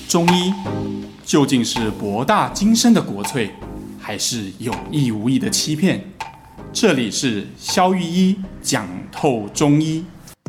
中医究竟是博大精深的国粹，还是有意无意的欺骗？这里是萧御医讲透中医。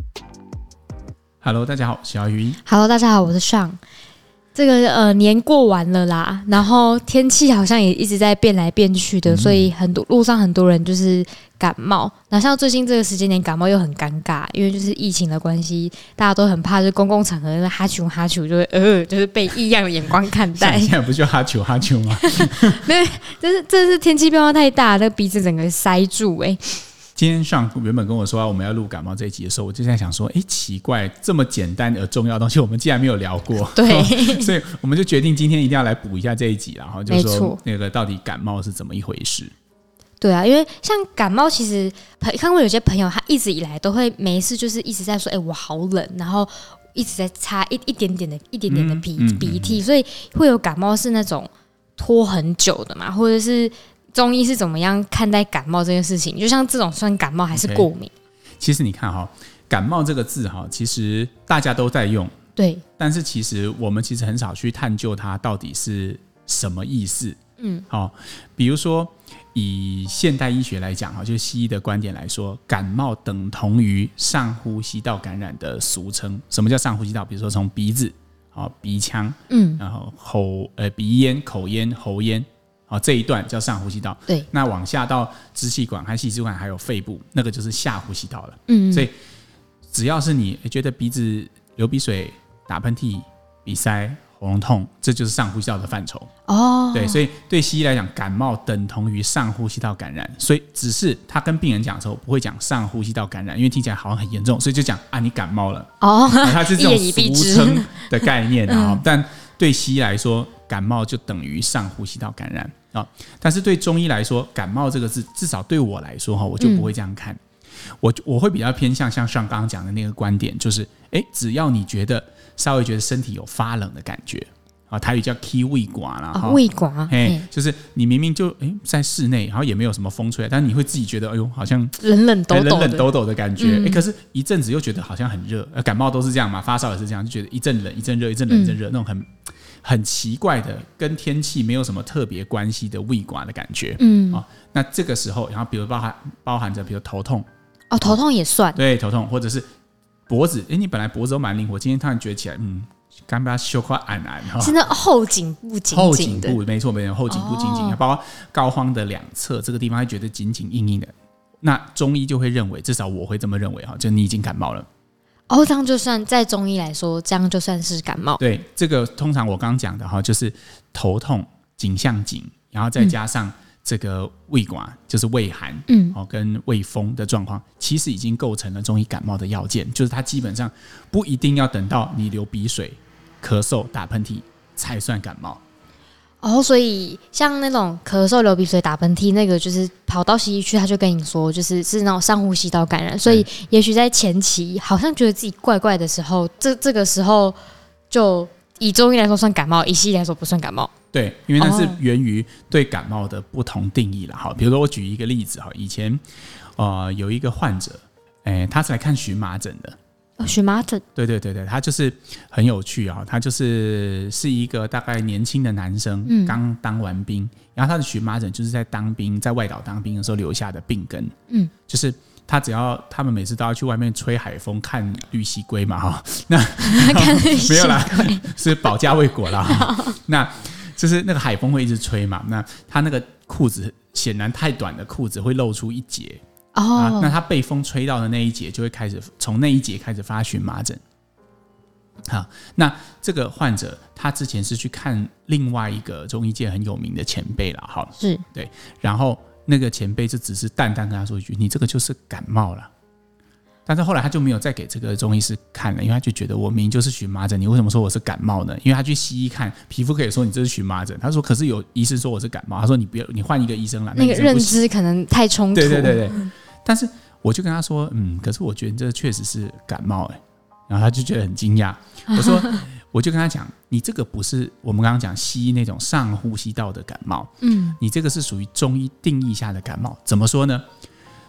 Hello， 大家好，我是萧御医。 Hello， 大家好，我是尚。这个年过完了啦，然后天气好像也一直在变来变去的，所以路上很多人就是感冒。然后像最近这个时间点感冒又很尴尬，因为就是疫情的关系，大家都很怕，就是公共场合那哈啾哈啾就会就是被异样的眼光看待。 现在不就哈啾哈啾吗？ 没有，这是天气变化太大，那个鼻子整个塞住今天上原本跟我说我们要录感冒这一集的时候，我就在想说，奇怪，这么简单而重要的东西，我们竟然没有聊过。 对，所以我们就决定今天一定要来补一下这一集，然后就说那个到底感冒是怎么一回事。 对啊，因为像感冒，其实看过有些朋友，他一直以来都会没事，就是一直在说，我好冷，然后一直在擦一点点的鼻涕，所以会有感冒是那种拖很久的嘛，或者是。中医是怎么样看待感冒这件事情？就像这种算感冒还是过敏？ 其实你看感冒这个字其实大家都在用， 对， 但是其实我们其实很少去探究它到底是什么意思。比如说以现代医学来讲就是西医的观点来说，感冒等同于上呼吸道感染的俗称。什么叫上呼吸道？比如说从鼻子、鼻腔，然后鼻咽、口咽、喉咽。这一段叫上呼吸道， 对，那往下到支气管和细支管还有肺部，那个就是下呼吸道了。所以只要是你觉得鼻子流鼻水、打喷嚏、鼻塞、喉咙痛，这就是上呼吸道的范畴。对，所以对西医来讲，感冒等同于上呼吸道感染，所以只是他跟病人讲的时候不会讲上呼吸道感染，因为听起来好像很严重，所以就讲你感冒了。它是这种俗称的概念但对西医来说，感冒就等于上呼吸道感染。但是对中医来说，感冒这个字至少对我来说我就不会这样看。我会比较偏向像上刚刚讲的那个观点，就是只要你稍微觉得身体有发冷的感觉，台语叫起胃寒啦， 胃寒， 就是你明明就在室内，然后也没有什么风吹，但是你会自己觉得好像冷冷抖抖的感觉，可是一阵子又觉得好像很热，感冒都是这样嘛，发烧也是这样，就觉得一阵冷一阵热，一阵冷一阵热，那种很奇怪的跟天气没有什么特别关系的胃寒的感觉。那这个时候，然后比如包含着比如头痛， 头痛也算， 对，头痛，或者是脖子，你本来脖子都蛮灵活，今天突然觉得起来刚把它修块按是那后颈部紧紧的， 后颈部没错，后颈部紧紧的，包括膏肓的两侧这个地方会觉得紧紧硬硬的，那中医就会认为，至少我会这么认为就你已经感冒了。 这样就算在中医来说，这样就算是感冒。 对，这个通常我刚刚讲的就是头痛、颈项紧，然后再加上这个胃寒，就是胃寒，跟胃风的状况，其实已经构成了中医感冒的要件，就是它基本上不一定要等到你流鼻水、咳嗽、打喷嚏才算感冒。 所以像那种咳嗽、流鼻水、打喷嚏，那个就是跑到西医去，他就跟你说，是那种上呼吸道感染。所以也许在前期好像觉得自己怪怪的时候，这个时候就以中医来说算感冒，以西医来说不算感冒。 对，因为那是源于对感冒的不同定义啦。比如说我举一个例子，以前有一个患者，他是来看荨麻疹的。 荨麻疹， 对，他就是很有趣他就是一个大概年轻的男生，刚当完兵，然后他的荨麻疹就是在外岛当兵的时候留下的病根，就是他们每次都要去外面吹海风看绿蜥龟嘛那看绿蜥龟没有啦，是保家卫国啦那就是那个海风会一直吹嘛，那他那个裤子显然太短的裤子会露出一截。那他被风吹到的那一节就会从那一节开始发荨麻疹。好，那这个患者他之前是去看另外一个中医界很有名的前辈啦， 是对，然后那个前辈就只是淡淡跟他说一句：“你这个就是感冒了。”但是后来他就没有再给这个中医师看了，因为他就觉得我明明就是荨麻疹，你为什么说我是感冒呢？因为他去西医看皮肤，可以说你这是荨麻疹，他说可是有医生说我是感冒，他说你换一个医生啦， 那个认知可能太冲突。 对。但是我就跟他说，可是我觉得这确实是感冒然后他就觉得很惊讶。我就跟他讲，你这个不是我们刚刚讲西医那种上呼吸道的感冒，你这个是属于中医定义下的感冒。怎么说呢？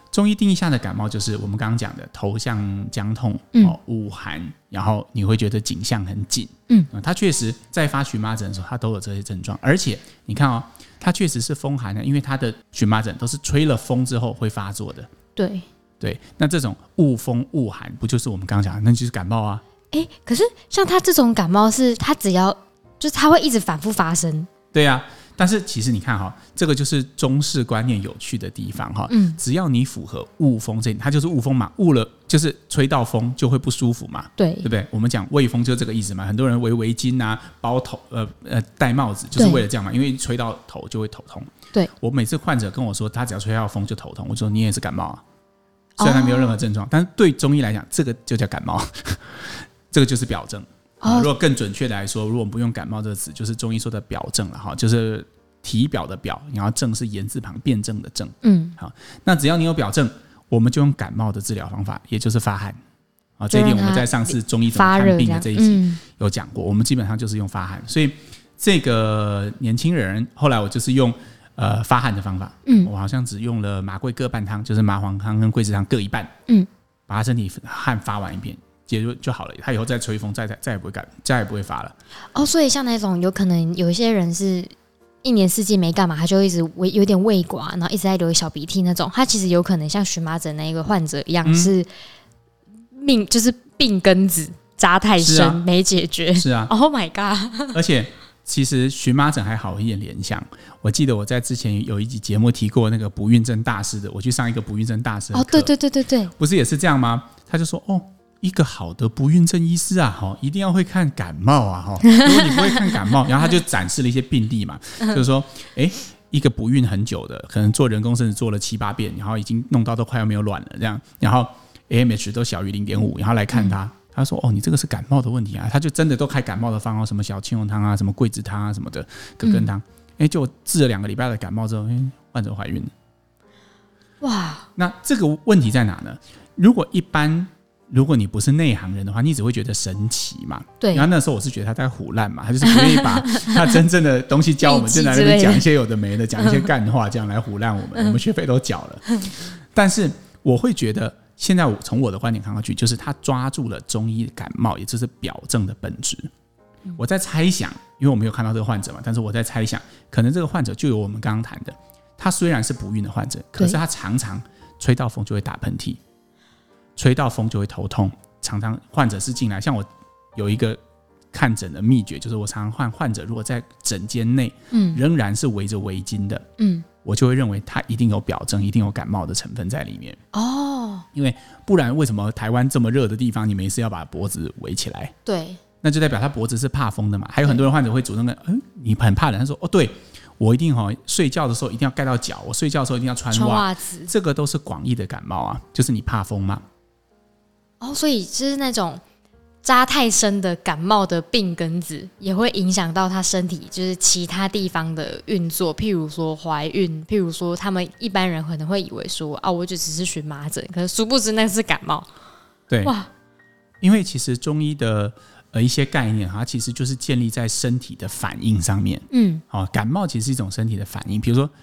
中医定义下的感冒就是我们刚刚讲的头项僵痛、恶寒，然后你会觉得颈项很紧。它确实在发荨麻疹的时候，它都有这些症状。而且你看哦，它确实是风寒的，因为它的荨麻疹都是吹了风之后会发作的。对，那这种恶风恶寒，不就是我们刚刚讲的，那就是感冒啊。 可是像它这种感冒是它只要就是它会一直反复发生。 对啊。但是其实你看哈，这个就是中式观念有趣的地方哈。只要你符合恶风这，它就是恶风嘛，恶了就是吹到风就会不舒服嘛，对不对？我们讲畏风就是这个意思嘛。很多人围围巾啊，包头戴帽子，就是为了这样嘛，因为吹到头就会头痛。对，我每次患者跟我说他只要吹到风就头痛，我说你也是感冒啊，虽然他没有任何症状，但是对中医来讲，这个就叫感冒，这个就是表症。如果更准确的来说，如果我们不用感冒这个词，就是中医说的表症了哈，就是体表的表，然后症是言字旁辩证的症。好，那只要你有表症，我们就用感冒的治疗方法，也就是发汗。这一点我们在上次中医怎么看病的这一集有讲过，我们基本上就是用发汗。所以这个年轻人后来我就是用发汗的方法，我好像只用了麻桂各半汤，就是麻黄汤跟桂枝汤各一半，把他身体汗发完一遍。就好了，他以后再吹风再也不会发了。 所以像那种有可能有一些人是一年四季没干嘛，他就一直有点胃寡，然后一直在流小鼻涕那种，他其实有可能像荨麻疹那一个患者一样，是就是病根子扎太深，没解决。 是啊 ，Oh my god！ 而且其实荨麻疹还好一点联想。我记得我在之前有一集节目提过那个不孕症大师的，我去上一个不孕症大师的课。 对， 不是也是这样吗？他就说一个好的不孕症医师啊，一定要会看感冒啊，如果你不会看感冒，然后他就展示了一些病例嘛，就是说，一个不孕很久的，可能做人工生殖做了7、8遍，然后已经弄到都快要没有卵了，这样，然后 AMH 都小于0.5，然后来看他，他说你这个是感冒的问题啊，他就真的都开感冒的方，什么小青龙汤啊，什么桂枝汤啊，什么的葛根汤，就治了2个礼拜的感冒之后，患者怀孕了。哇，那这个问题在哪呢？如果你不是内行人的话，你只会觉得神奇嘛。对。然后那时候我是觉得他在唬烂嘛，他就是不愿意把他真正的东西教我们，就在那边讲一些有的没的，讲一些干话，这样来唬烂我们。我们学费都缴了。但是我会觉得，现在从我的观点看过去，就是他抓住了中医感冒，也就是表症的本质。我在猜想，因为我没有看到这个患者嘛，但是我在猜想，可能这个患者就有我们刚刚谈的，他虽然是不孕的患者，可是他常常吹到风就会打喷嚏。吹到风就会头痛，常常患者是进来，像我有一个看诊的秘诀，就是我常常患者如果在诊间内，仍然是围着围巾的，我就会认为他一定有表症，一定有感冒的成分在里面。因为不然为什么台湾这么热的地方，你没事要把脖子围起来？对，那就代表他脖子是怕风的嘛。还有很多人患者会主动跟，你很怕冷，他说对。我一定睡觉的时候一定要盖到脚，我睡觉的时候一定要穿袜子，这个都是广义的感冒啊，就是你怕风嘛。 所以就是那种扎太深的感冒的病根子，也会影响到他身体就是其他地方的运作，譬如说怀孕，譬如说他们一般人可能会以为说我就只是荨麻疹，可是殊不知那是感冒。 对，哇，因为其实中医的一些概念，它其实就是建立在身体的反应上面。感冒其实是一种身体的反应，比如说，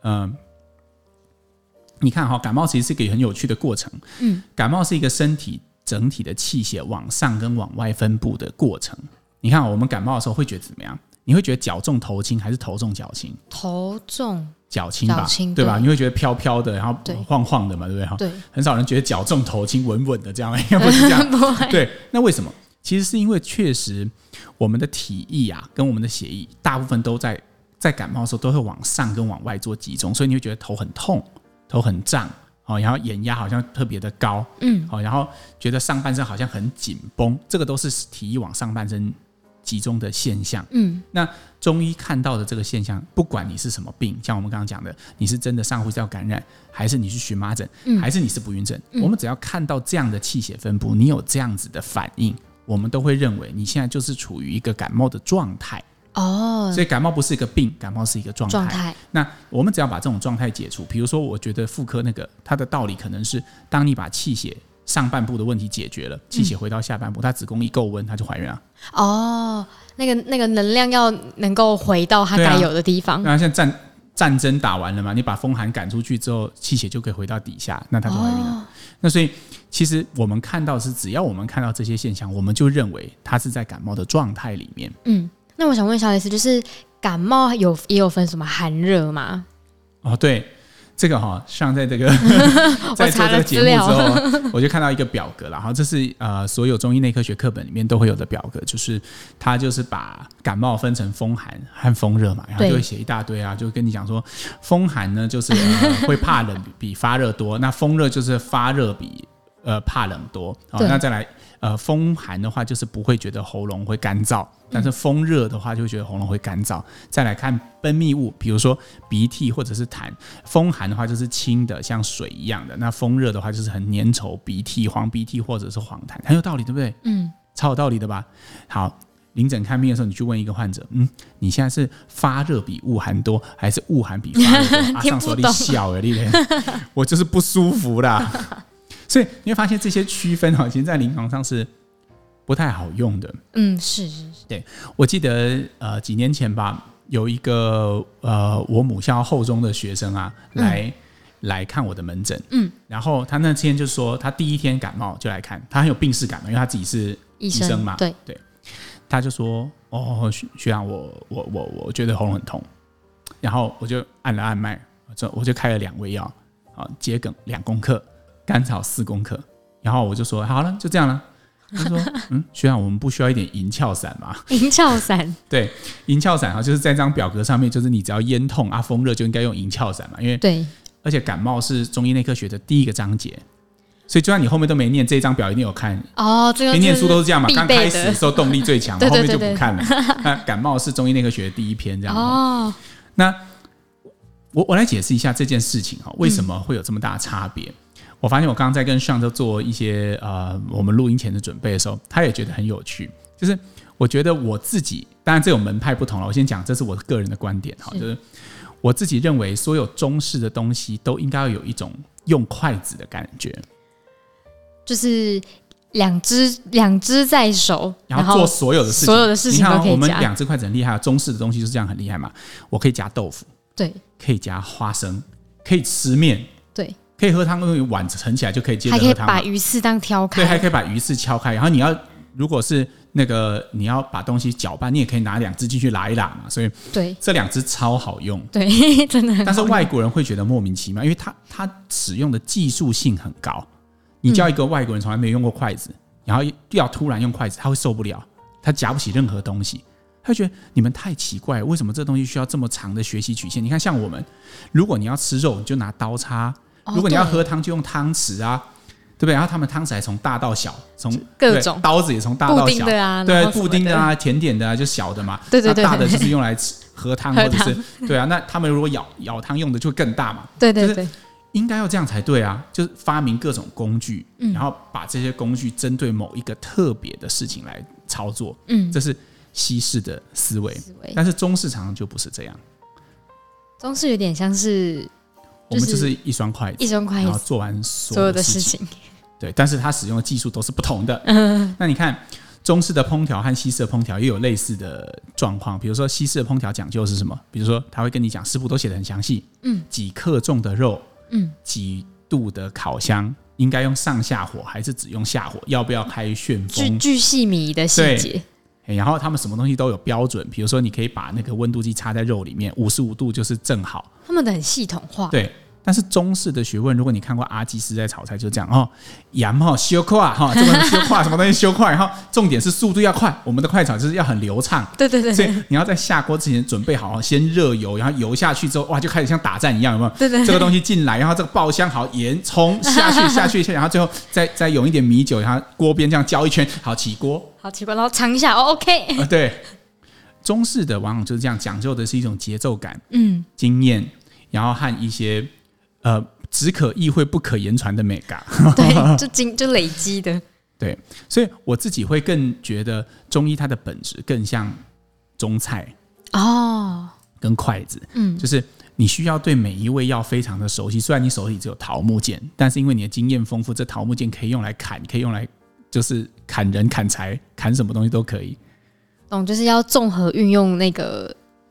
你看感冒其实是一个很有趣的过程。感冒是一个身体整体的气血往上跟往外分布的过程。你看我们感冒的时候会觉得怎么样？你会觉得脚重头轻还是头重脚轻？头重脚轻吧，对吧？你会觉得飘飘的，然后晃晃的嘛，对不对？对，很少人觉得脚重头轻稳稳的这样，应该不是这样。对，那为什么？其实是因为确实我们的体液跟我们的血液大部分都在感冒的时候都会往上跟往外做集中，所以你会觉得头很痛，头很胀，然后眼压好像特别的高，然后觉得上半身好像很紧绷，这个都是体液往上半身集中的现象。那中医看到的这个现象，不管你是什么病，像我们刚刚讲的，你是真的上呼吸道感染，还是你是荨麻疹，还是你是不孕症，我们只要看到这样的气血分布，你有这样子的反应，我们都会认为你现在就是处于一个感冒的状态。所以感冒不是一个病，感冒是一个状态。那我们只要把这种状态解除，比如说我觉得妇科那个它的道理可能是，当你把气血上半部的问题解决了，气血回到下半部，它子宫一够温，它就怀孕了。那个能量要能够回到它该有的地方。 那像战争打完了嘛，你把风寒赶出去之后，气血就可以回到底下，那它就怀孕了。那所以其实我们看到是，只要我们看到这些现象，我们就认为它是在感冒的状态里面。 那我想问小蕾丝，就是感冒也有分什么寒热吗？ 哦，对。这个像在这个在做这个节目之后，我就看到一个表格了。这是所有中医内科学课本里面都会有的表格，就是它就是把感冒分成风寒和风热嘛，然后就会写一大堆啊，就跟你讲说，风寒呢就是会怕冷比发热多，那风热就是发热比怕冷多。那再来风寒的话就是不会觉得喉咙会干燥，但是风热的话就会觉得喉咙会干燥。再来看分泌物，比如说鼻涕或者是痰，风寒的话就是清的像水一样的，那风热的话就是很粘稠，鼻涕、黄鼻涕或者是黄痰，很有道理对不对？超有道理的吧。好，临诊看病的时候你去问一个患者，你现在是发热比恶寒多还是恶寒比发热多？上说你笑了，我就是不舒服啦。所以你会发现这些区分其实在临床上是不太好用的。 是。 对，我记得几年前吧，有一个我母校后中的学生啊，来看我的门诊。然后他那天就说，他第一天感冒就来看，他很有病识感嘛，因为他自己是医生嘛。对，他就说：“哦，学长，我觉得喉咙很痛。”然后我就按了按脉，我就开了2味药，桔梗2公克。甘草4公克，然后我就说好了，就这样了。他说学长，我们不需要一点银翘散吗？ 银翘散，对， 银翘散就是在这张表格上面，就是你只要咽痛风热就应该用银翘散嘛，因为对，而且感冒是中医内科学的第一个章节，所以就算你后面都没念，这一张表一定有看。这个念书都是这样嘛，刚开始的时候动力最强，后面就不看了。那感冒是中医内科学的第一篇，这样。那我来解释一下这件事情为什么会有这么大的差别。我发现我刚刚在跟上周做一些我们录音前的准备的时候，他也觉得很有趣。就是我觉得我自己，当然这种门派不同了，我先讲这是我个人的观点，就是我自己认为所有中式的东西都应该要有一种用筷子的感觉，就是两只在手， 然后做所有的事情， 都可以夹。 我们2只筷子很厉害，中式的东西就是这样很厉害嘛。我可以夹豆腐，对，可以夹花生，可以吃面，对。可以喝汤，用碗盛起来就可以接着喝汤，还可以把鱼刺当挑开，对，还可以把鱼刺敲开。然后如果是你要把东西搅拌，你也可以拿2只进去拉一拉嘛。所以对，这2只超好用，对，真的很好用。但是外国人会觉得莫名其妙，因为他使用的技术性很高。你叫一个外国人从来没有用过筷子，然后要突然用筷子，他会受不了，他夹不起任何东西。他觉得你们太奇怪了，为什么这东西需要这么长的学习曲线？你看，像我们，如果你要吃肉，你就拿刀叉。如果你要喝汤就用汤匙啊，对不对？然后他们汤匙还从大到小，从各种刀子也从大到小，布丁的啊，对，布丁的啊，甜点的啊，就小的嘛。对，那大的就是用来喝汤或者是对啊。那他们如果舀汤用的就更大嘛。对，就是应该要这样才对啊，就是发明各种工具，然后把这些工具针对某一个特别的事情来操作。这是西式的思维，但是中式常常就不是这样。中式有点像是。我们就是一双筷子，然后做完所有的事情。对，但是它使用的技术都是不同的。那你看中式的烹调和西式的烹调也有类似的状况，比如说西式的烹调讲究是什么？比如说他会跟你讲，食谱都写得很详细，几克重的肉，几度的烤箱，应该用上下火还是只用下火？要不要开旋风？巨细靡遗的细节。然后他们什么东西都有标准，比如说你可以把那个温度计插在肉里面，55度就是正好。他们的很系统化。对，但是中式的学问，如果你看过阿基师在炒菜，就这样盐修快这个修快什么东西修快，然后重点是速度要快，我们的快炒就是要很流畅。对，所以你要在下锅之前准备好，先热油，然后油下去之后，哇，就开始像打战一样，有没有？对，这个东西进来，然后这个爆香，好，盐葱下去，然后最后再用一点米酒，然后锅边这样浇一圈，好，起锅，然后尝一下，OK。对，中式的往往就是这样，讲究的是一种节奏感，经验，然后和一些只可意会不可言传的美感。对，就累积的。对，所以我自己会更觉得中医它的本质更像中菜跟筷子。就是你需要对每一味药非常的熟悉，虽然你手里只有桃木剑，但是因为你的经验丰富，这桃木剑可以用来砍，可以用来就是砍人、砍柴、砍什么东西都可以。就是要综合运用那个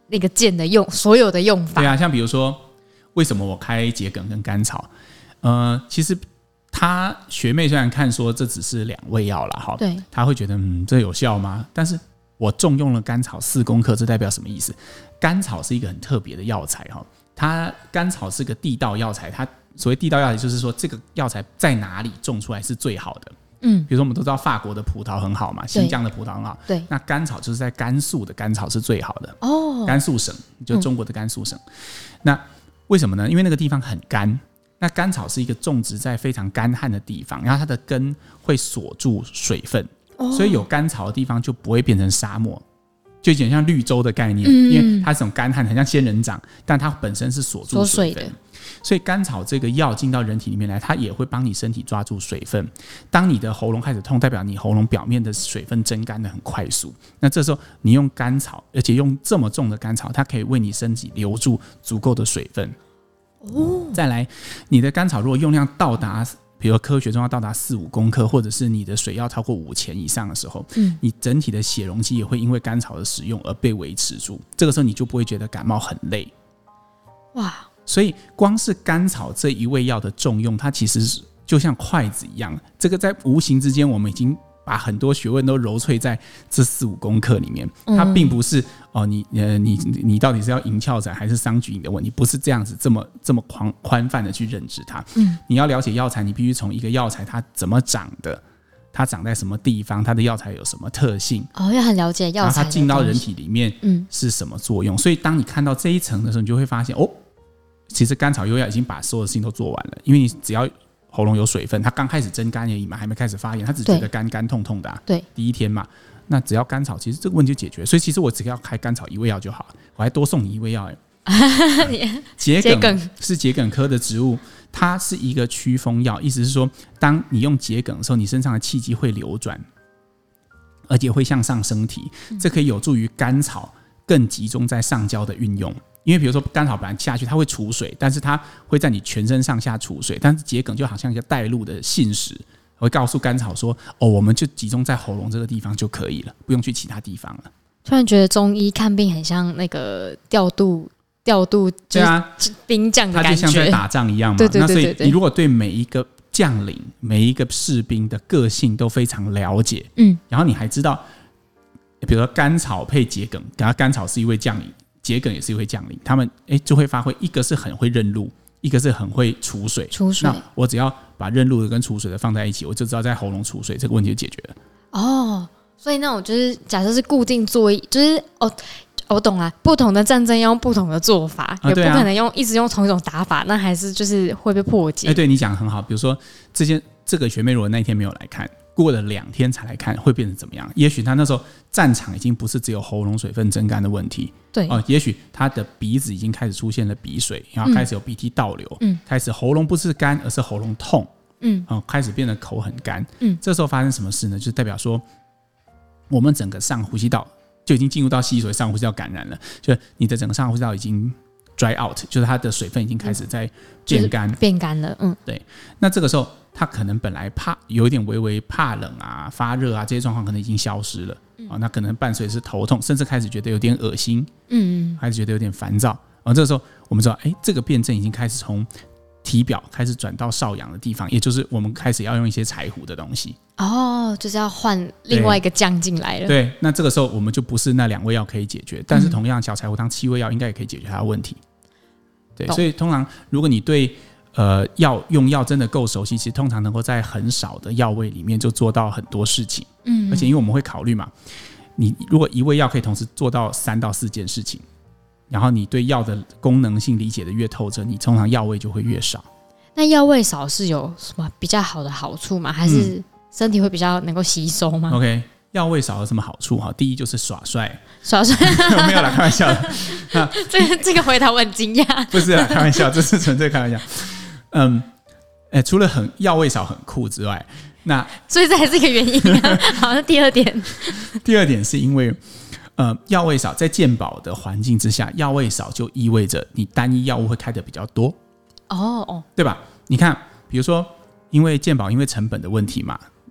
那个键的所有的用法。 对啊，像比如说为什么我开桔梗跟甘草，其实他学妹虽然看说这只是2味药啦， 对， 他会觉得这有效吗？但是我重用了甘草4公克，这代表什么意思？甘草是一个很特别的药材，它甘草是个地道药材，它所谓地道药材就是说这个药材在哪里种出来是最好的。比如说我们都知道法国的葡萄很好嘛，新疆的葡萄很好， 对， 那甘草就是在甘肃的甘草是最好的甘肃省就中国的甘肃省。那为什么呢？因为那个地方很干，那甘草是一个种植在非常干旱的地方，然后它的根会锁住水分，所以有甘草的地方就不会变成沙漠，就有点像绿洲的概念，因为它是种干旱，很像仙人掌，但它本身是锁住水分的。所以甘草这个药进到人体里面来，它也会帮你身体抓住水分。当你的喉咙开始痛，代表你喉咙表面的水分蒸干的很快速。那这时候你用甘草，而且用这么重的甘草，它可以为你身体留住足够的水分。再来，你的甘草如果用量到达，比如科学中要到达4-5公克，或者是你的水要超过5000以上的时候，你整体的血容积也会因为甘草的使用而被维持住。这个时候你就不会觉得感冒很累。哇！所以光是甘草这一味药的重用，它其实就像筷子一样，这个在无形之间我们已经把很多学问都揉萃在这4-5公克里面。它并不是你到底是要银翘斩还是桑菊饮的问题，不是这样子这么宽泛的去认知它。你要了解药材，你必须从一个药材它怎么长的，它长在什么地方，它的药材有什么特性， 要很了解药材的东西，然后它进到人体里面是什么作用。所以当你看到这一层的时候，你就会发现其实甘草优药已经把所有的事情都做完了，因为你只要喉咙有水分，它刚开始蒸干而已嘛，还没开始发炎，它只觉得干痛痛的对，第一天嘛，那只要甘草，其实这个问题就解决。所以其实我只要开甘草1味药就好了，我还多送你1味药桔梗是桔梗科的植物，它是一个祛风药，意思是说，当你用桔梗的时候，你身上的气机会流转，而且会向上升提，这可以有助于甘草更集中在上焦的运用。因为比如说甘草本来下去它会储水，但是它会在你全身上下储水，但是桔梗就好像一个带路的信使，会告诉甘草说我们就集中在喉咙这个地方就可以了，不用去其他地方了。 突然觉得中医看病很像那个调度就是兵将的感觉， 它就像在打仗一样嘛。那所以你如果对每一个将领每一个士兵的个性都非常了解，然后你还知道比如说甘草配桔梗，然后甘草是一位将领，桔梗也是一位将领，他们就会发挥，一个是很会认路，一个是很会储水。那我只要把认路的跟储水的放在一起，我就知道在喉咙储水，这个问题就解决了。 所以那种就是假设是固定作业，就是我懂了，不同的战争要用不同的做法，也不可能一直用同一种打法，那还是就是会被破解。 对，你讲得很好。比如说这个学妹如果那一天没有来看，过了2天才来看，会变成怎么样？也许他那时候战场已经不是只有喉咙水分蒸干的问题，对也许他的鼻子已经开始出现了鼻水，然后开始有鼻涕倒流，开始喉咙不是干，而是喉咙痛，开始变得口很干，这时候发生什么事呢？就代表说我们整个上呼吸道就已经进入到所谓上呼吸道感染了，就你的整个上呼吸道已经 dry out， 就是它的水分已经开始在变干， 变干了。 对。那这个时候他可能本来有一点微微怕冷啊、发热啊这些状况可能已经消失了，那可能伴随是头痛，甚至开始觉得有点恶心，开始觉得有点烦躁。这个时候我们知道，这个辩证已经开始从体表开始转到少阳的地方，也就是我们开始要用一些柴胡的东西。就是要换另外一个酱进来了。对，那这个时候我们就不是那2味药可以解决，但是同样小柴胡汤7味药应该也可以解决它的问题。对，所以通常如果你对用药真的够熟悉，其实通常能够在很少的药味里面就做到很多事情。而且因为我们会考虑嘛，你如果1味药可以同时做到3到4件事情，然后你对药的功能性理解的越透彻，你通常药味就会越少。 那药味少是有什么比较好的好处吗？还是身体会比较能够吸收吗 ？OK， 药味少有什么好处？第一就是耍帅， 没有啦，开玩笑的。 这个回答我很惊讶。 不是啦，开玩笑，这是纯粹开玩笑。除了药味少很酷之外， 所以这还是一个原因啊。好，那第二点是因为药味少，在健保的环境之下，药味少就意味着你单一药物会开的比较多，对吧？你看，比如说因为健保因为成本的问题嘛，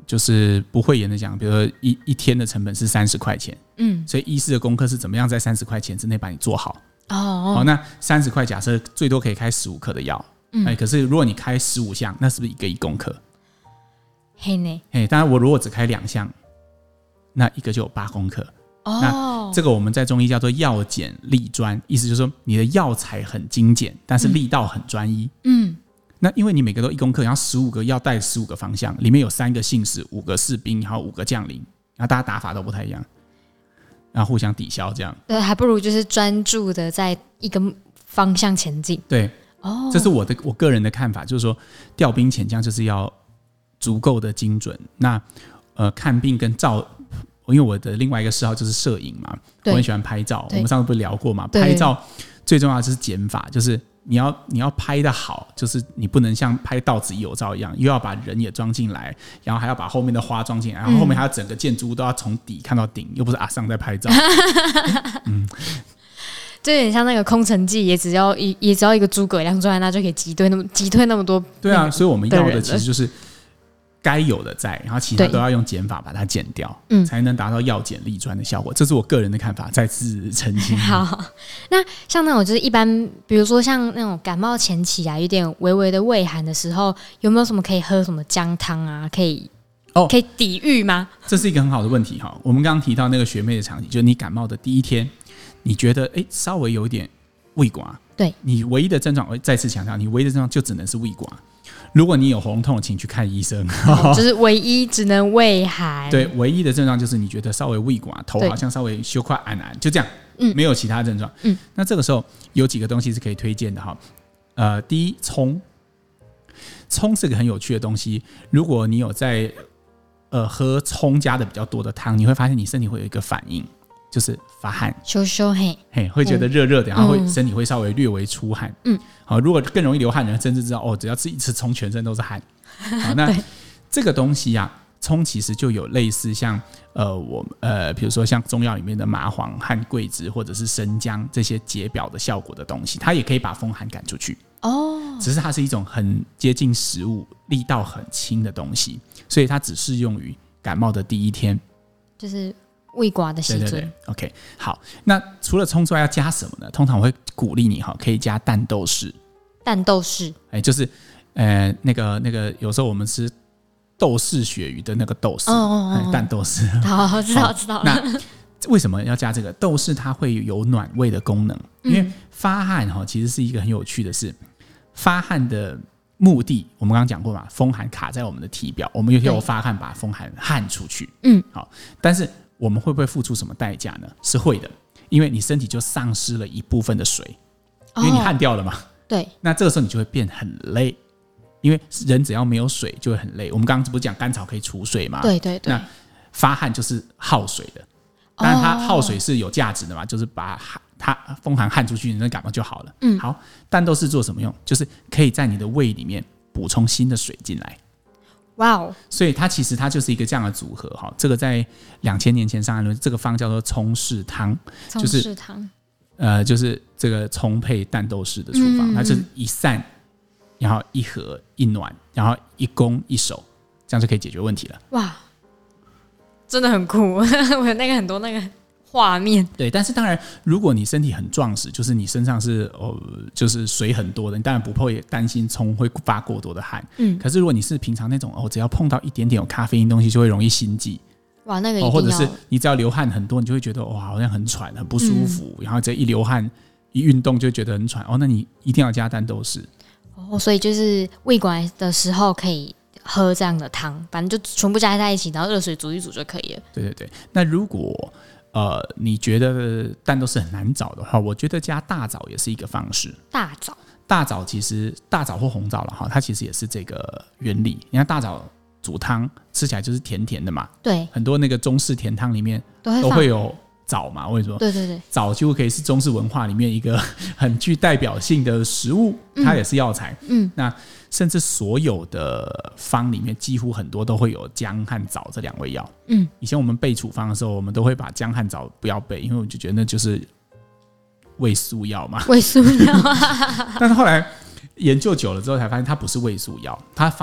就是不讳言的讲，比如说一天的成本是30块钱，所以医师的功课是怎么样在30块钱之内把你做好。那30块假设最多可以开15颗的药，可是如果你开15项，那是不是1个1公克？ 嘿呢， 当然我如果只开2项，那1个就有8公克。那这个我们在中医叫做药简力专，意思就是说你的药材很精简，但是力道很专一。那因为你每个都1公克，然后15个药带15个方向，里面有3个信使，5个士兵，然后5个将领，然后大家打法都不太一样，然后互相抵消，这样对，还不如就是专注的在一个方向前进。 对，这是我个人的看法，就是说调兵遣将就是要足够的精准。那看病跟照，因为我的另外一个嗜好就是摄影嘛，我很喜欢拍照。我们上次不是聊过嘛？拍照最重要的就是减法，就是你要拍得好，就是你不能像拍稻子有照一样，又要把人也装进来，然后还要把后面的花装进来，然后后面还要整个建筑物都要从底看到顶，又不是阿桑在拍照。 就有点像那个空城计，也只要一个诸葛亮出来，那就可以击退那么多。 对啊，所以我们要的其实就是该有的在，然后其他都要用减法把它减掉，才能达到药简力专的效果。这是我个人的看法，再次澄清。 好，那像那种就是一般，比如说像那种感冒前期啊，有点微微的畏寒的时候，有没有什么可以喝什么姜汤啊，可以抵御吗？ 这是一个很好的问题哈。我们刚刚提到那个学妹的场景，就是你感冒的第一天，你觉得稍微有点胃刮， 对， 你唯一的症状，我再次强调，你唯一的症状就只能是胃刮。如果你有喉咙痛，请去看医生。 就是唯一只能畏寒。 对，唯一的症状就是你觉得稍微胃刮，头好像稍微羞快按，就这样，没有其他症状。那这个时候有几个东西是可以推荐的哈。第一，葱是个很有趣的东西。如果你有在喝葱加的比较多的汤，你会发现你身体会有一个反应，就是发汗， 羞羞会觉得热热的，然后身体会稍微略微出汗。好，如果更容易流汗的人，甚至知道只要吃一次葱，全身都是汗。好，那这个东西啊，葱其实就有类似像比如说像中药里面的麻黄和桂枝或者是生姜这些解表的效果的东西，它也可以把风寒赶出去。只是它是一种很接近食物、力道很轻的东西，所以它只适用于感冒的第一天， 就是胃刮的时阵。 对 OK， 好，那除了葱之外要加什么呢？通常我会鼓励你可以加蛋豆豉。 蛋豆豉， 就是那个有时候我们吃豆豉鳕鱼的那个豆豉，蛋豆豉。 好，知道了。 那为什么要加这个豆豉？它会有暖胃的功能，因为发汗其实是一个很有趣的事。发汗的目的我们刚刚讲过嘛，风寒卡在我们的体表，我们有发汗把风寒汗出去。好，但是我们会不会付出什么代价呢？是会的，因为你身体就丧失了一部分的水，因为你汗掉了嘛。 对， 那这个时候你就会变很累，因为人只要没有水就会很累。我们刚刚不是讲甘草可以除水吗？ 对。 那发汗就是耗水的，当然它耗水是有价值的嘛，就是把它风寒汗出去，你那感冒就好了。好，蛋豆豉做什么用？就是可以在你的胃里面补充新的水进来。 哇哦！ 所以它其实就是一个这样的组合哈。这个在2000年前上岸了，这个方叫做葱豉汤，就是这个葱配蛋豆豉的处方，它就是一散，然后一和一暖，然后一攻一守，这样就可以解决问题了。 哇，真的很酷！我有很多那个画面。 对，但是当然，如果你身体很壮实，就是你身上是就是水很多的，你当然不会担心葱会发过多的汗。可是如果你是平常那种只要碰到一点点有咖啡因东西就会容易心悸。 哇，那个一定要， 或者是你只要流汗很多，你就会觉得好像很喘、很不舒服，然后这一流汗、一运动就会觉得很喘。那你一定要加蛋豆豉。 所以就是胃管的时候可以喝这样的汤，反正就全部加在一起，然后热水煮一煮就可以了。 对。那如果你觉得蛋豆豉很难找的话，我觉得加大枣也是一个方式。大枣其实大枣或红枣了它其实也是这个原理。你看大枣煮汤吃起来就是甜甜的嘛， 对， 很多那个中式甜汤里面都会有枣嘛，为什么？ 对， 枣就可以是中式文化里面一个很具代表性的食物，它也是药材。那甚至所有的方里面几乎很多都会有姜和枣这2味药。以前我们背处方的时候，我们都会把姜和枣不要背，因为我就觉得那就是胃素药嘛。胃素药但是后来研究久了之后才发现它不是胃素药，它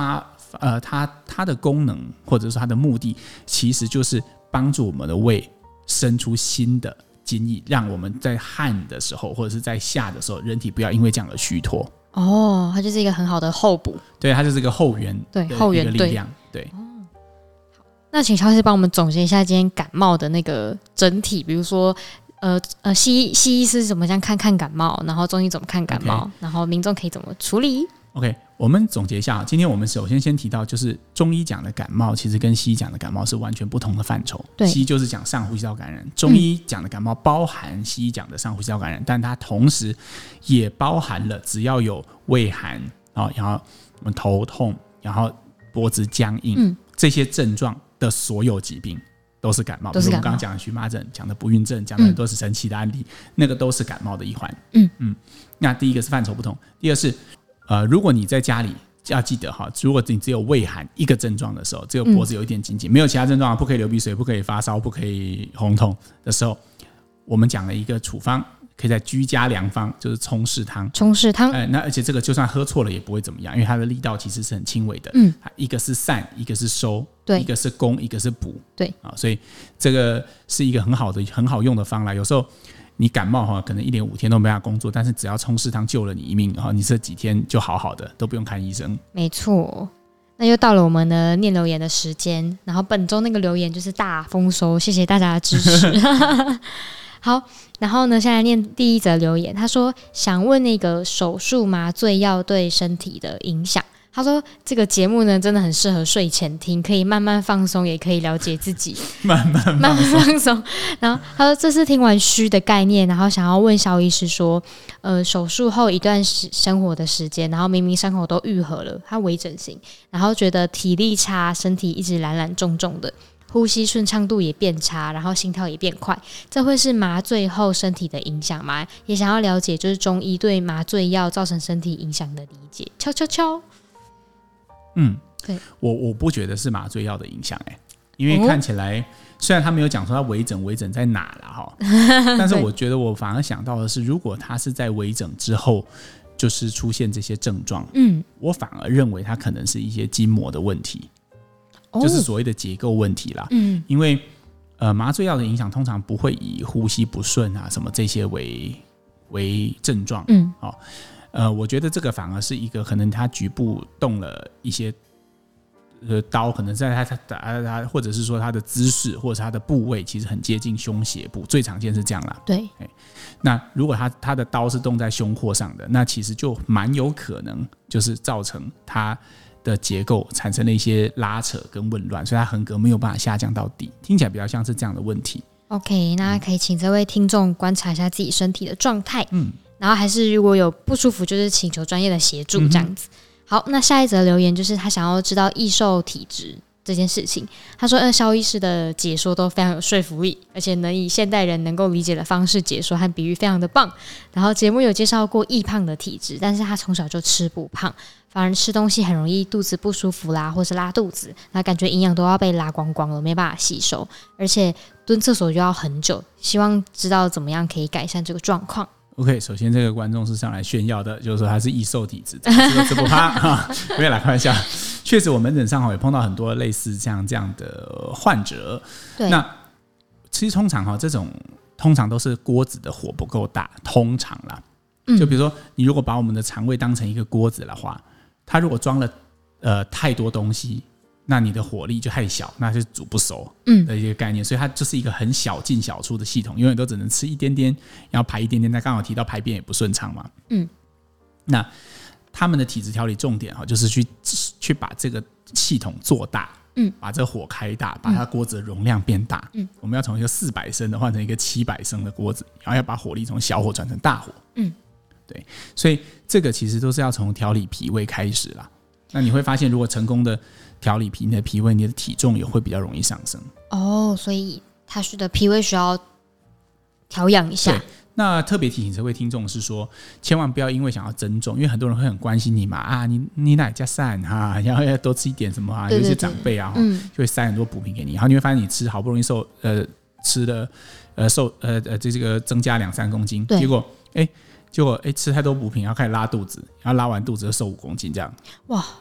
它的功能或者说它的目的，其实就是帮助我们的胃生出新的津液，让我们在汗的时候或者是在下的时候，人体不要因为这样而虚脱。 哦，它就是一个很好的后补。 对，它就是一个后援的一个力量。对。 那请乔医师帮我们总结一下今天感冒的那个整体，比如说西医是怎么样看感冒，然后中医怎么看感冒，然后民众可以怎么处理。 OK， 我们总结一下，今天我们首先提到，就是中医讲的感冒其实跟西医讲的感冒是完全不同的范畴。西医就是讲上呼吸道感染，中医讲的感冒包含西医讲的上呼吸道感染，但它同时也包含了只要有畏寒，然后我们头痛，然后脖子僵硬，这些症状的所有疾病都是感冒。比如我们刚刚讲的荨麻疹，讲的不孕症，讲的很多是神奇的案例，那个都是感冒的一环。那第一个是范畴不同，第二是如果你在家里要记得哈，如果你只有畏寒一个症状的时候，只有脖子有一点紧紧，没有其他症状，不可以流鼻水，不可以发烧，不可以喉咙痛的时候，我们讲了一个处方，可以在居家良方，就是冲柿汤。那而且这个就算喝错了也不会怎么样，因为它的力道其实是很轻微的。一个是散，一个是收，一个是攻，一个是补。对啊，所以这个是一个很好用的方法。有时候你感冒可能1连5天都没办法工作，但是只要冲柿汤救了你一命，你这几天就好好的，都不用看医生。 没错。那又到了我们的念留言的时间，然后本周那个留言就是大丰收，谢谢大家的支持。好，然后呢，现在念第一则留言，他说想问那个手术麻醉药对身体的影响。他说这个节目呢真的很适合睡前听，可以慢慢放松，也可以了解自己，慢慢放松。然后他说这是听完虚的概念，然后想要问肖医师说，手术后一段生活的时间，然后明明伤口都愈合了，他微整形，然后觉得体力差，身体一直懒懒重重的，呼吸顺畅度也变差，然后心跳也变快，这会是麻醉后身体的影响吗？也想要了解就是中医对麻醉药造成身体影响的理解。敲。对， 我不觉得是麻醉药的影响因为看起来虽然他没有讲说他微整在哪啦但是我觉得我反而想到的是，如果他是在微整之后就是出现这些症状，我反而认为他可能是一些筋膜的问题，就是所谓的结构问题啦。因为麻醉药的影响通常不会以呼吸不顺啊什么这些为症状。我觉得这个反而是一个可能他局部动了一些刀，可能在他或者是说他的姿势或者是他的部位其实很接近胸胁部，最常见是这样啦。 对， 那如果他的刀是动在胸廓上的，那其实就蛮有可能就是造成他的结构产生了一些拉扯跟紊乱，所以他横膈没有办法下降到底，听起来比较像是这样的问题。 OK， 那可以请这位听众观察一下自己身体的状态。然后还是如果有不舒服，就是请求专业的协助这样子。好，那下一则留言就是他想要知道易瘦体质这件事情。他说肖医师的解说都非常有说服力，而且能以现代人能够理解的方式解说和比喻非常的棒。然后节目有介绍过易胖的体质，但是他从小就吃不胖，反而吃东西很容易肚子不舒服啦，或是拉肚子，那感觉营养都要被拉光光了，没办法吸收，而且蹲厕所就要很久。希望知道怎么样可以改善这个状况。 OK， 首先这个观众是上来炫耀的，就是说他是易瘦体质，吃不胖不要来开玩笑。确实我门诊上也碰到很多类似这样的患者。对，那其实通常这种通常都是锅子的火不够大，通常啦。就比如说你如果把我们的肠胃当成一个锅子的话，它如果装了太多东西，那你的火力就太小，那就煮不熟的一个概念。所以它就是一个很小进小出的系统，永远都只能吃一点点，然后排一点点。那刚好提到排便也不顺畅嘛。那他们的体质调理重点就是去把这个系统做大，把这火开大，把它锅子的容量变大。我们要从一个400升的换成一个700升的锅子，然后要把火力从小火转成大火。对，所以这个其实都是要从调理脾胃开始啦。那你会发现，如果成功的调理你的脾胃，你的体重也会比较容易上升。 所以他的脾胃需要调养一下。 对，那特别提醒这位听众是说，千万不要因为想要增重，因为很多人会很关心你嘛，你哪加散然后要多吃一点什么有一些长辈就会塞很多补品给你，然后你会发现你吃好不容易吃了这个增加2-3公斤，结果吃太多补品，然后开始拉肚子，然后拉完肚子就瘦5公斤这样。哇！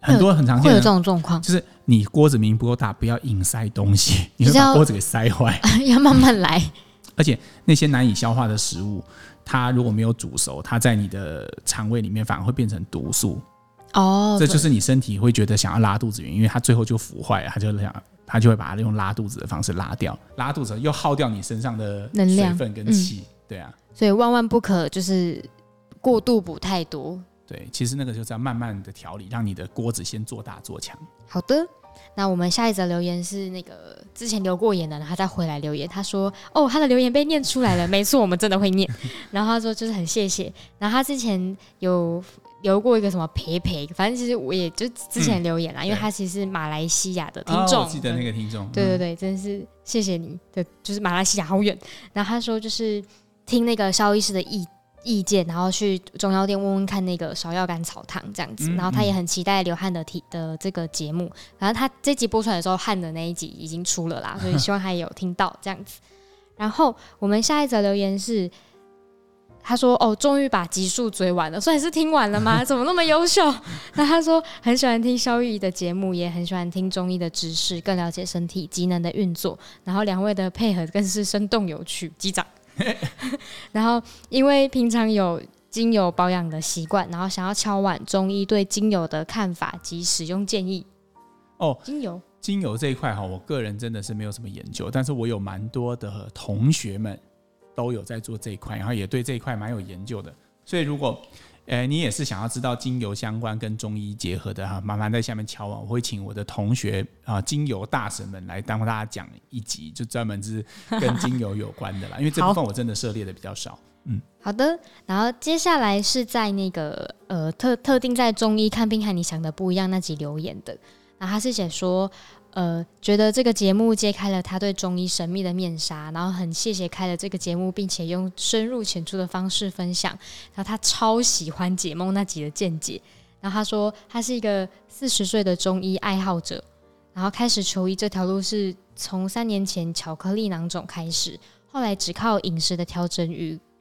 很多很常见的会有这种状况， 就是你锅子明明不够大，不要硬塞东西，你会把锅子给塞坏， 要慢慢来。 而且那些难以消化的食物，它如果没有煮熟，它在你的肠胃里面反而会变成毒素。 哦， 这就是你身体会觉得想要拉肚子原因，因为它最后就腐坏了，它就会把它用拉肚子的方式拉掉，拉肚子又耗掉你身上的水分跟气，对啊， 所以万万不可就是过度补太多。 对，其实那个就是要慢慢的调理，让你的锅子先做大做强。 好的，那我们下一则留言是那个之前留过言的，他再回来留言，他说哦，他的留言被念出来了，没错，我们真的会念。然后他说就是很谢谢，然后他之前有留过一个什么培培，反正其实我也就之前留言啦，因为他其实是马来西亚的听众， 我记得那个听众， 对对对，真是谢谢你的，就是马来西亚好远。然后他说就是听那个肖医师的意见，然后去中药店问问看那个芍药甘草汤这样子，然后他也很期待刘汉的这个节目。然后他这集播出来的时候，汉的那一集已经出了啦，所以希望他也有听到这样子。然后我们下一则留言是，他说哦，终于把集数追完了，所以是听完了吗？怎么那么优秀？那他说很喜欢听肖玉仪的节目，也很喜欢听中医的知识，更了解身体机能的运作。然后两位的配合更是生动有趣，击掌。然后因为平常有精油保养的习惯，然后想要敲碗中医对精油的看法及使用建议。 哦， 精油这一块我个人真的是没有什么研究，但是我有蛮多的同学们都有在做这一块，然后也对这一块蛮有研究的。所以如果你也是想要知道精油相关跟中医结合的麻烦在下面敲碗，我会请我的同学精油大神们来当大家讲一集，就专门是跟精油有关的啦。因为这部分我真的涉猎的比较少。 好的，然后接下来是在那个特定在中医看病和你想的不一样那集留言的，然后他是写说觉得这个节目揭开了他对中医神秘的面纱，然后很谢谢开了这个节目，并且用深入浅出的方式分享。然后他超喜欢解梦那集的见解。然后他说他是一个40岁的中医爱好者，然后开始求医这条路是从3年前巧克力囊肿开始，后来只靠饮食的调整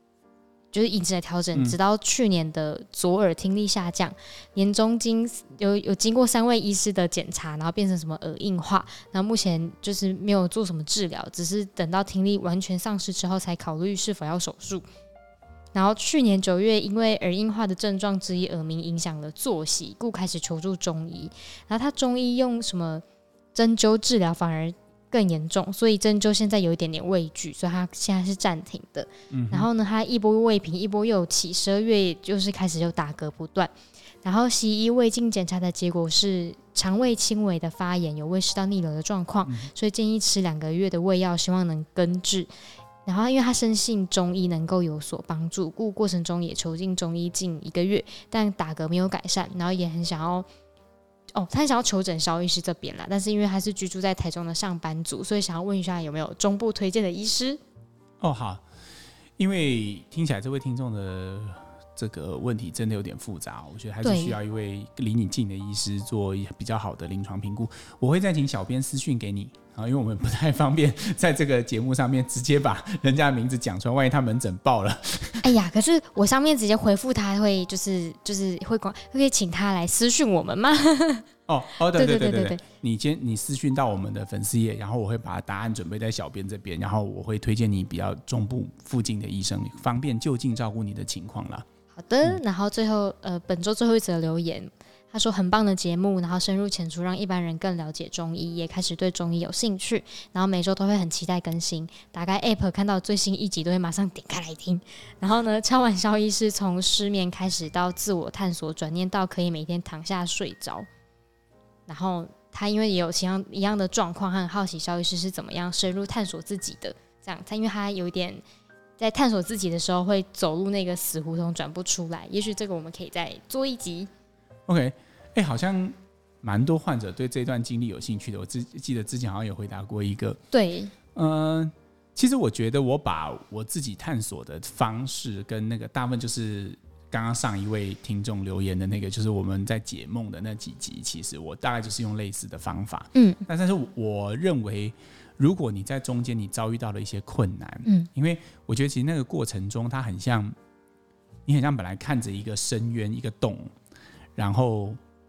直到去年的左耳听力下降，年中有经过3位医师的检查，然后变成什么耳硬化，然后目前就是没有做什么治疗，只是等到听力完全丧失之后才考虑是否要手术。然后去年9月，因为耳硬化的症状之一耳鸣影响了作息，故开始求助中医。然后他中医用什么针灸治疗反而更严重，所以针灸现在有一点点畏惧，所以他现在是暂停的。然后呢，他一波未平，一波又起，12月就是开始就打嗝不断。然后西医胃镜检查的结果是肠胃轻微的发炎，有胃食道逆流的状况，所以建议吃2个月的胃药，希望能根治。然后因为他深信中医能够有所帮助，故过程中也求进中医近1个月，但打嗝没有改善，然后也很想要他很想要求诊肖医师这边啦，但是因为他是居住在台中的上班族，所以想要问一下有没有中部推荐的医师。 好，因为听起来这位听众的这个问题真的有点复杂，我觉得还是需要一位离你近的医师做比较好的临床评估。我会再请小编私讯给你，因为我们不太方便在这个节目上面直接把人家的名字讲出来，万一他门诊爆了。 哎呀，可是我上面直接回复他会就是会可以请他来私讯我们吗？对， 你私讯到我们的粉丝页，然后我会把答案准备在小编这边，然后我会推荐你比较中部附近的医生，方便就近照顾你的情况啦。 好的，然后最后本周最后一则留言，他说很棒的节目，然后深入浅出，让一般人更了解中医，也开始对中医有兴趣，然后每周都会很期待更新，打开 App 看到最新一集都会马上点开来听。然后呢，敲碗肖医师从失眠开始到自我探索，转念到可以每天躺下睡着。然后他因为也有一样的状况，他很好奇肖医师是怎么样深入探索自己的，这样他因为他有一点在探索自己的时候会走入那个死胡同转不出来，也许这个我们可以再做一集。 OK， 好像蛮多患者对这段经历有兴趣的。我记得之前好像有回答过一个。 对， 其实我觉得我把我自己探索的方式跟那个大部分就是刚刚上一位听众留言的那个，就是我们在解梦的那几集，其实我大概就是用类似的方法。但是我认为，如果你在中间你遭遇到了一些困难，因为我觉得其实那个过程中，它你很像本来看着一个深渊一个洞。然后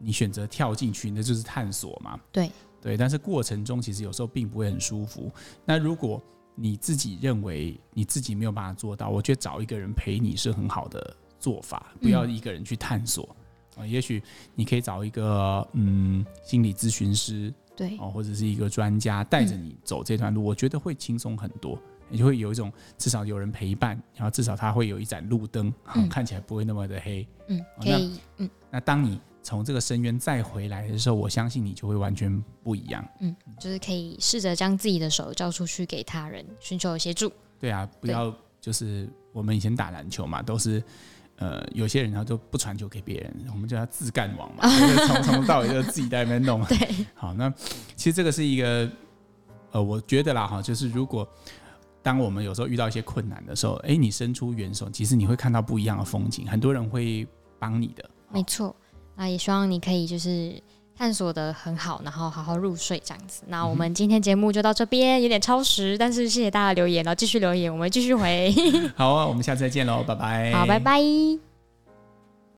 你选择跳进去，那就是探索嘛。 对， 但是过程中其实有时候并不会很舒服。那如果你自己认为你自己没有办法做到，我觉得找一个人陪你是很好的做法，不要一个人去探索。也许你可以找一个心理咨询师， 对， 或者是一个专家带着你走这段路，我觉得会轻松很多。你就会有一种至少有人陪伴，然后至少他会有一盏路灯，看起来不会那么的黑。 可以。 那当你从这个深渊再回来的时候，我相信你就会完全不一样。 就是可以试着将自己的手交出去给他人，寻求协助。 对啊，不要就是我们以前打篮球嘛，都是有些人他都不传球给别人，我们叫他自干王嘛，从头到尾就自己在那边弄。 对， 好，那其实这个是一个我觉得啦哈，就是如果当我们有时候遇到一些困难的时候，你伸出援手，其实你会看到不一样的风景，很多人会帮你的。 没错，那也希望你可以就是探索的很好，然后好好入睡这样子。那我们今天节目就到这边，有点超时，但是谢谢大家留言，然后继续留言，我们继续回。 好啊，我们下次再见喽，拜拜。 好，拜拜。